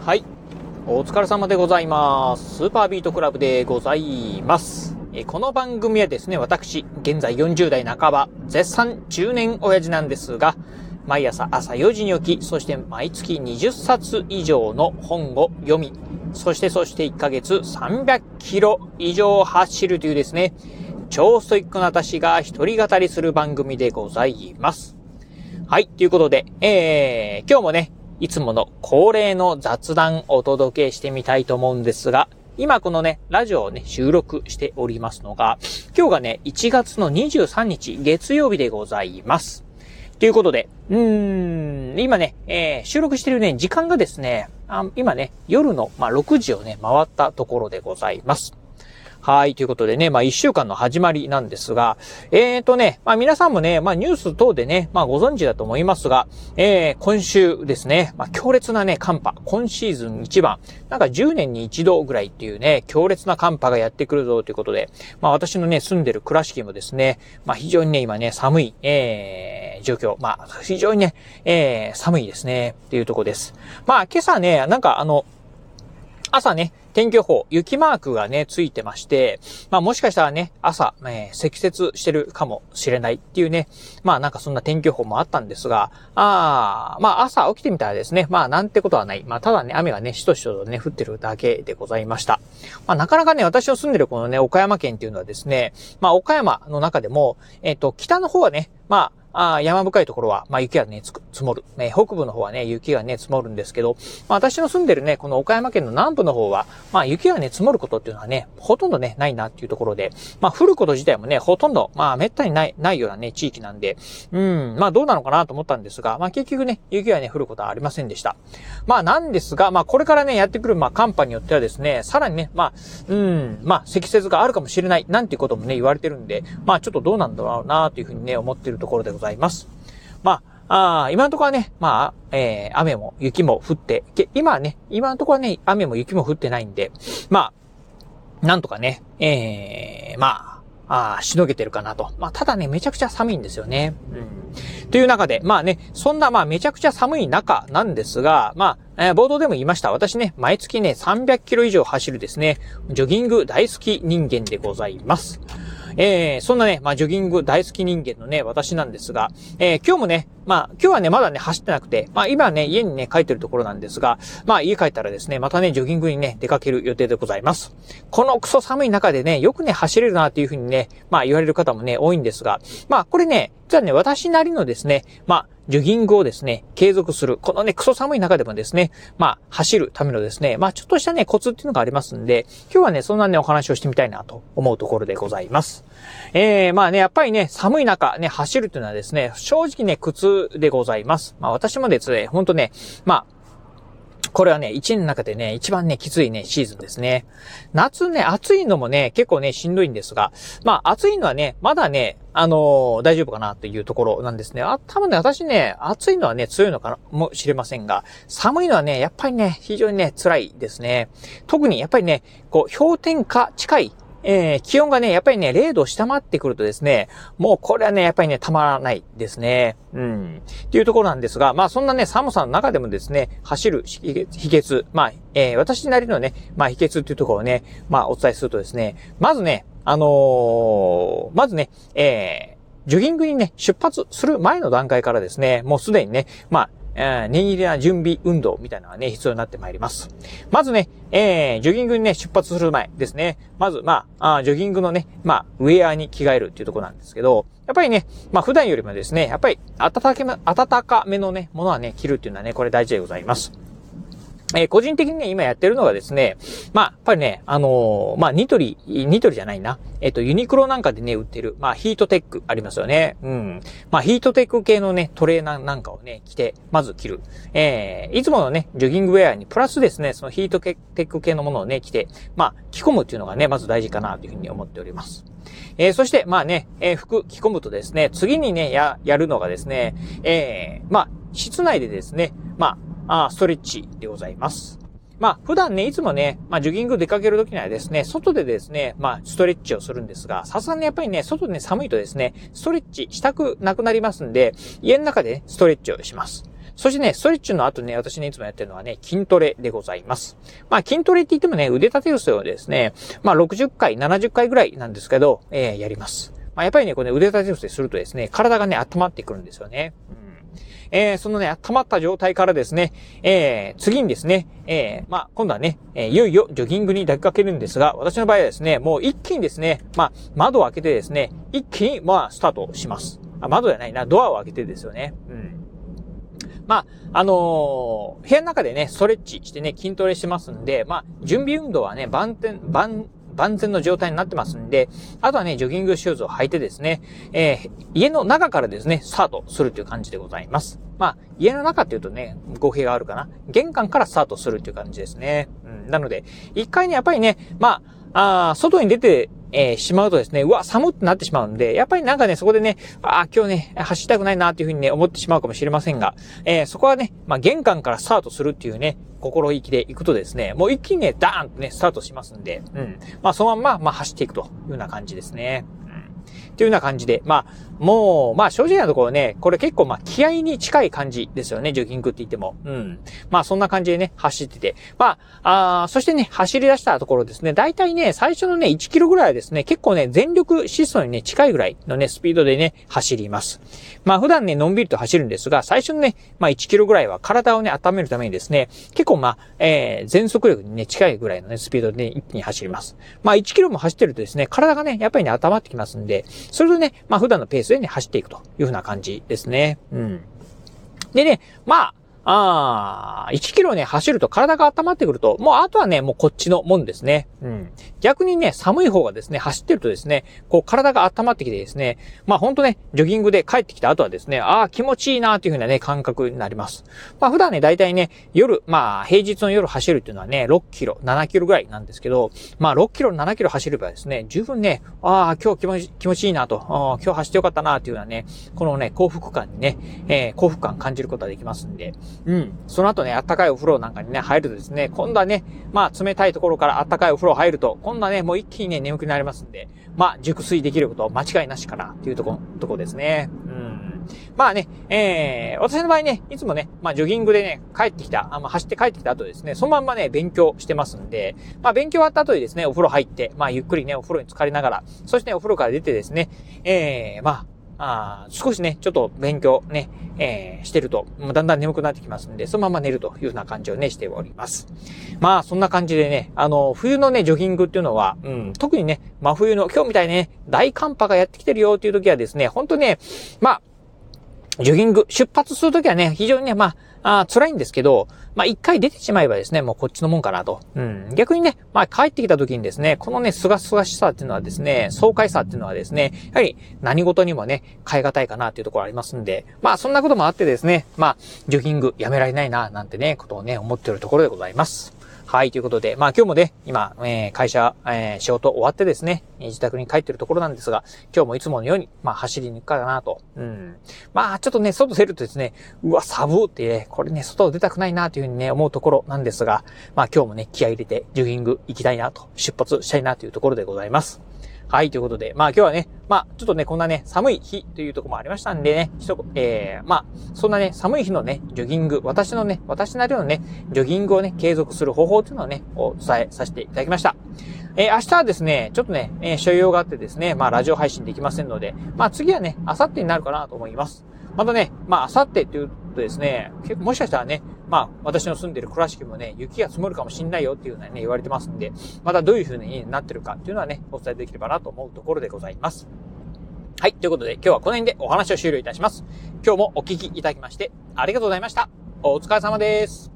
はい。お疲れ様でございます。スーパービートクラブでございます。この番組はですね、私、現在40代半ば、絶賛中年親父なんですが、毎朝4時に起き、そして毎月20冊以上の本を読み、そして1ヶ月300キロ以上走るというですね、超ストイックな私が一人語りする番組でございます。はい、ということで、今日もね、いつもの恒例の雑談をお届けしてみたいと思うんですが、今このね、ラジオをね、収録しておりますのが、今日がね、1月の23日月曜日でございます。ということで、今ね、収録してるね、時間がですね、今ね、夜の、6時をね、回ったところでございます。はい。ということでね、1週間の始まりなんですが、皆さんもね、ニュース等でね、ご存知だと思いますが、今週ですね、強烈なね、寒波、今シーズン一番、なんか10年に一度ぐらいっていうね、強烈な寒波がやってくるぞということで、私のね、住んでる倉敷もですね、非常にね、今ね、寒い、状況、非常にね、寒いですね、っていうところです。今朝ね、朝ね、天気予報、雪マークがね、ついてまして、もしかしたらね、朝、積雪してるかもしれないっていうね、そんな天気予報もあったんですが、朝起きてみたらですね、なんてことはない。ただね、雨がね、しとしとね、降ってるだけでございました。なかなかね、私の住んでるこのね、岡山県っていうのはですね、岡山の中でも、北の方はね、山深いところは、雪がね、積もる。北部の方はね、雪がね、積もるんですけど、私の住んでるね、この岡山県の南部の方は、雪がね、積もることっていうのはね、ほとんどね、ないなっていうところで、降ること自体もね、ほとんど、滅多にないようなね、地域なんで、どうなのかなと思ったんですが、結局ね、雪がね、降ることはありませんでした。なんですが、これからね、やってくる、寒波によってはですね、さらにね、積雪があるかもしれない、なんていうこともね、言われてるんで、ちょっとどうなんだろうな、というふうにね、思っているところでございます。今のところはね、雨も雪も降って、今のところはね、雨も雪も降ってないんで、なんとかね、しのげてるかなと。ただね、めちゃくちゃ寒いんですよね。という中で、そんな、めちゃくちゃ寒い中なんですが、冒頭でも言いました。私ね、毎月ね、300キロ以上走るですね、ジョギング大好き人間でございます。そんなね、ジョギング大好き人間のね、私なんですが、今日もね、今日はね、まだね、走ってなくて、今はね、家にね、帰ってるところなんですが、家帰ったらですね、またね、ジョギングにね、出かける予定でございます。このクソ寒い中でね、よくね、走れるなっていうふうにね、言われる方もね、多いんですが、これね、実はね、私なりのですね、ジョギングをですね、継続する。このね、クソ寒い中でもですね、走るためのですね、ちょっとしたね、コツっていうのがありますんで、今日はね、そんなね、お話をしてみたいなと思うところでございます。やっぱりね、寒い中ね、走るというのはですね、正直ね、苦痛でございます。私もですね、ほんとね、これはね、一年の中でね、一番ね、きついね、シーズンですね。夏ね、暑いのもね、結構ね、しんどいんですが、暑いのはね、まだね、大丈夫かなというところなんですね。多分ね、私ね、暑いのはね、強いのかもしれませんが、寒いのはね、やっぱりね、非常にね、辛いですね。特にやっぱりね、氷点下近い、気温がね、やっぱりね、0度を下回ってくるとですね、もうこれはね、やっぱりね、たまらないですね。っていうところなんですが、そんなね、寒さの中でもですね、走る秘訣、私なりのね、秘訣っていうところをね、お伝えするとですね、まずね、ジョギングにね、出発する前の段階からですね、もうすでにね、念入りな準備運動みたいなのがね、必要になってまいります。まずね、ジョギングにね、出発する前ですね。まず、ジョギングのね、ウェアに着替えるっていうところなんですけど、やっぱりね、普段よりもですね、やっぱり暖かめのね、ものはね、着るっていうのはね、これ大事でございます。個人的にね、今やってるのがですね、やっぱりね、ニトリじゃないな。ユニクロなんかでね、売ってる、ヒートテックありますよね。ヒートテック系のね、トレーナーなんかをね、着て、まず着る。いつものね、ジョギングウェアにプラスですね、そのヒートテック系のものをね、着て、着込むっていうのがね、まず大事かなというふうに思っております。そして、服着込むとですね、次にね、やるのがですね、室内でですね、ストレッチでございます。普段ね、いつもね、ジョギング出かけるときにはですね、外でですね、ストレッチをするんですが、さすがにやっぱりね、外でね、寒いとですね、ストレッチしたくなくなりますんで、家の中で、ね、ストレッチをします。 そしてね、ストレッチの後ね、私ね、いつもやってるのはね、筋トレでございます。まあ、筋トレって言ってもね、腕立て伏せをですね、まあ、60回、70回ぐらいなんですけど、やります。まあ、やっぱりね、これね、腕立て伏せするとですね、体がね、温まってくるんですよね。そのね、温まった状態からですね、次にですね、まあ、今度はね、いよいよジョギングに出かけるんですが、私の場合はですね、もう一気にですね、まあ、窓を開けてですね、一気に、まあ、スタートします。窓じゃないな、ドアを開けてですよね。まあ、部屋の中でね、ストレッチしてね、筋トレしてますんで、まあ、準備運動はね、万全の状態になってますんで、あとはね、ジョギングシューズを履いてですね、家の中からですね、スタートするという感じでございます。まあ、家の中っていうとね、語弊があるかな。玄関からスタートするっていう感じですね。なので、一回ね、やっぱりね、まあ、外に出て、しまうとですね、うわ、寒ってなってしまうんで、やっぱりなんかね、そこでね、今日ね、走りたくないなっていうふうにね、思ってしまうかもしれませんが、そこはね、まあ、玄関からスタートするっていうね、心意気で行くとですね、もう一気にね、ダーンとね、スタートしますんで、まあ、そのまんま、まあ、走っていくというような感じですね。っていうような感じで、まあ、もう、まあ正直なところね、これ結構まあ気合に近い感じですよね、ジョギングって言っても。まあそんな感じでね、走ってて。まあ、そしてね、走り出したところですね、大体ね、最初のね、1キロぐらいはですね、結構ね、全力疾走にね、近いぐらいのね、スピードでね、走ります。まあ普段ね、のんびりと走るんですが、最初のね、まあ1キロぐらいは体をね、温めるためにですね、結構まあ、全速力にね、近いぐらいのね、スピードでね、一気に走ります。まあ1キロも走ってるとですね、体がね、やっぱりね、温まってきますんで、それとね、まあ普段のペースでね、走っていくというふうな感じですね。でね、まあ、1キロね、走ると体が温まってくると、もうあとはね、もうこっちのもんですね。逆にね、寒い方がですね、走ってるとですね、こう体が温まってきてですね、まあほんとね、ジョギングで帰ってきた後はですね、気持ちいいなというふうなね、感覚になります。まあ普段ね、だいたいね、夜、まあ平日の夜走るっていうのはね、6キロ、7キロぐらいなんですけど、まあ6キロ、7キロ走ればですね、十分ね、今日気持ちいいなと、今日走ってよかったなというようなね、このね、幸福感にね、幸福感感じることができますんで、その後ね、暖かいお風呂なんかにね、入るとですね、今度はね、まあ冷たいところから暖かいお風呂入ると、今度はね、もう一気にね、眠くなりますんで、まあ熟睡できること間違いなしかなっていうとこですね。まあね、私の場合ね、いつもね、まあジョギングでね、帰ってきた、走って帰ってきた後ですね、そのまんまね、勉強してますんで、まあ勉強終わった後にですね、お風呂入って、まあゆっくりね、お風呂に浸かりながら、そしてね、お風呂から出てですね、少しね、ちょっと勉強ね、してると、だんだん眠くなってきますんで、そのまま寝るというような感じをね、しております。まあ、そんな感じでね、冬のね、ジョギングっていうのは、特にね、真冬の、今日みたいにね、大寒波がやってきてるよっていう時はですね、ほんとね、まあ、ジョギング、出発するときはね、非常にね、まあ、辛いんですけど、まあ、一回出てしまえばですね、もうこっちのもんかなと。逆にね、まあ、帰ってきたときにですね、このね、すがすがしさっていうのはですね、爽快さっていうのはですね、やはり何事にもね、変え難いかなっていうところありますんで、まあ、そんなこともあってですね、まあ、ジョギングやめられないな、なんてね、ことをね、思っているところでございます。はい、ということで、まあ今日もね、今、会社、仕事終わってですね、自宅に帰ってるところなんですが、今日もいつものように、まあ走りに行くかなと。まあちょっとね、外出るとですね、うわ、寒ってね、これね、外出たくないなというふうにね、思うところなんですが、まあ今日もね、気合い入れて、ジョギング行きたいなと、出発したいなというところでございます。はい、ということで、まあ今日はね、まあちょっとね、こんなね、寒い日というところもありましたんでね、まあ、そんなね、寒い日のね、ジョギング、私なりのね、ジョギングをね、継続する方法というのをね、お伝えさせていただきました。明日はですね、ちょっとね、所用があってですね、まあラジオ配信できませんので、まあ次はね、明後日になるかなと思います。またね、まあ明後日というとですね、もしかしたらね、まあ私の住んでる倉敷もね、雪が積もるかもしんないよっていうのはね、言われてますんで、またどういう風になってるかっていうのはね、お伝えできればなと思うところでございます。はい、ということで今日はこの辺でお話を終了いたします。今日もお聞きいただきましてありがとうございました。お疲れ様です。